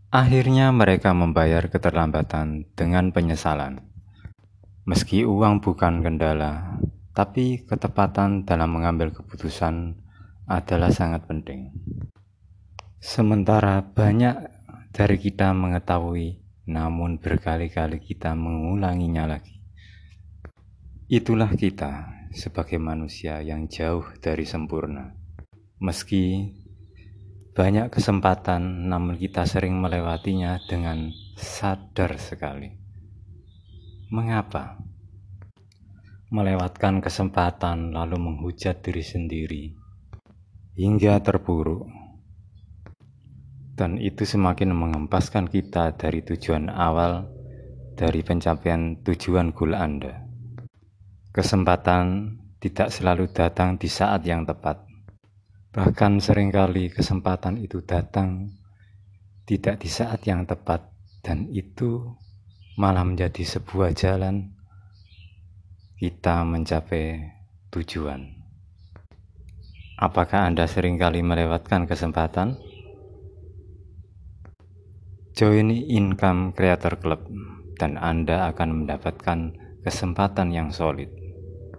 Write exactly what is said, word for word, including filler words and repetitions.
Akhirnya mereka membayar keterlambatan dengan penyesalan. Meski uang bukan kendala, tapi ketepatan dalam mengambil keputusan adalah sangat penting. Sementara banyak dari kita mengetahui, namun berkali-kali kita mengulanginya lagi. Itulah kita sebagai manusia yang jauh dari sempurna. Meski banyak kesempatan, namun kita sering melewatinya dengan sadar sekali. Mengapa? Melewatkan kesempatan lalu menghujat diri sendiri hingga terpuruk. Dan itu semakin mengempaskan kita dari tujuan awal, dari pencapaian tujuan goal Anda. Kesempatan tidak selalu datang di saat yang tepat. Bahkan seringkali kesempatan itu datang tidak di saat yang tepat, dan itu malah menjadi sebuah jalan kita mencapai tujuan. Apakah Anda seringkali melewatkan kesempatan? Join Income Creator Club dan Anda akan mendapatkan kesempatan yang solid.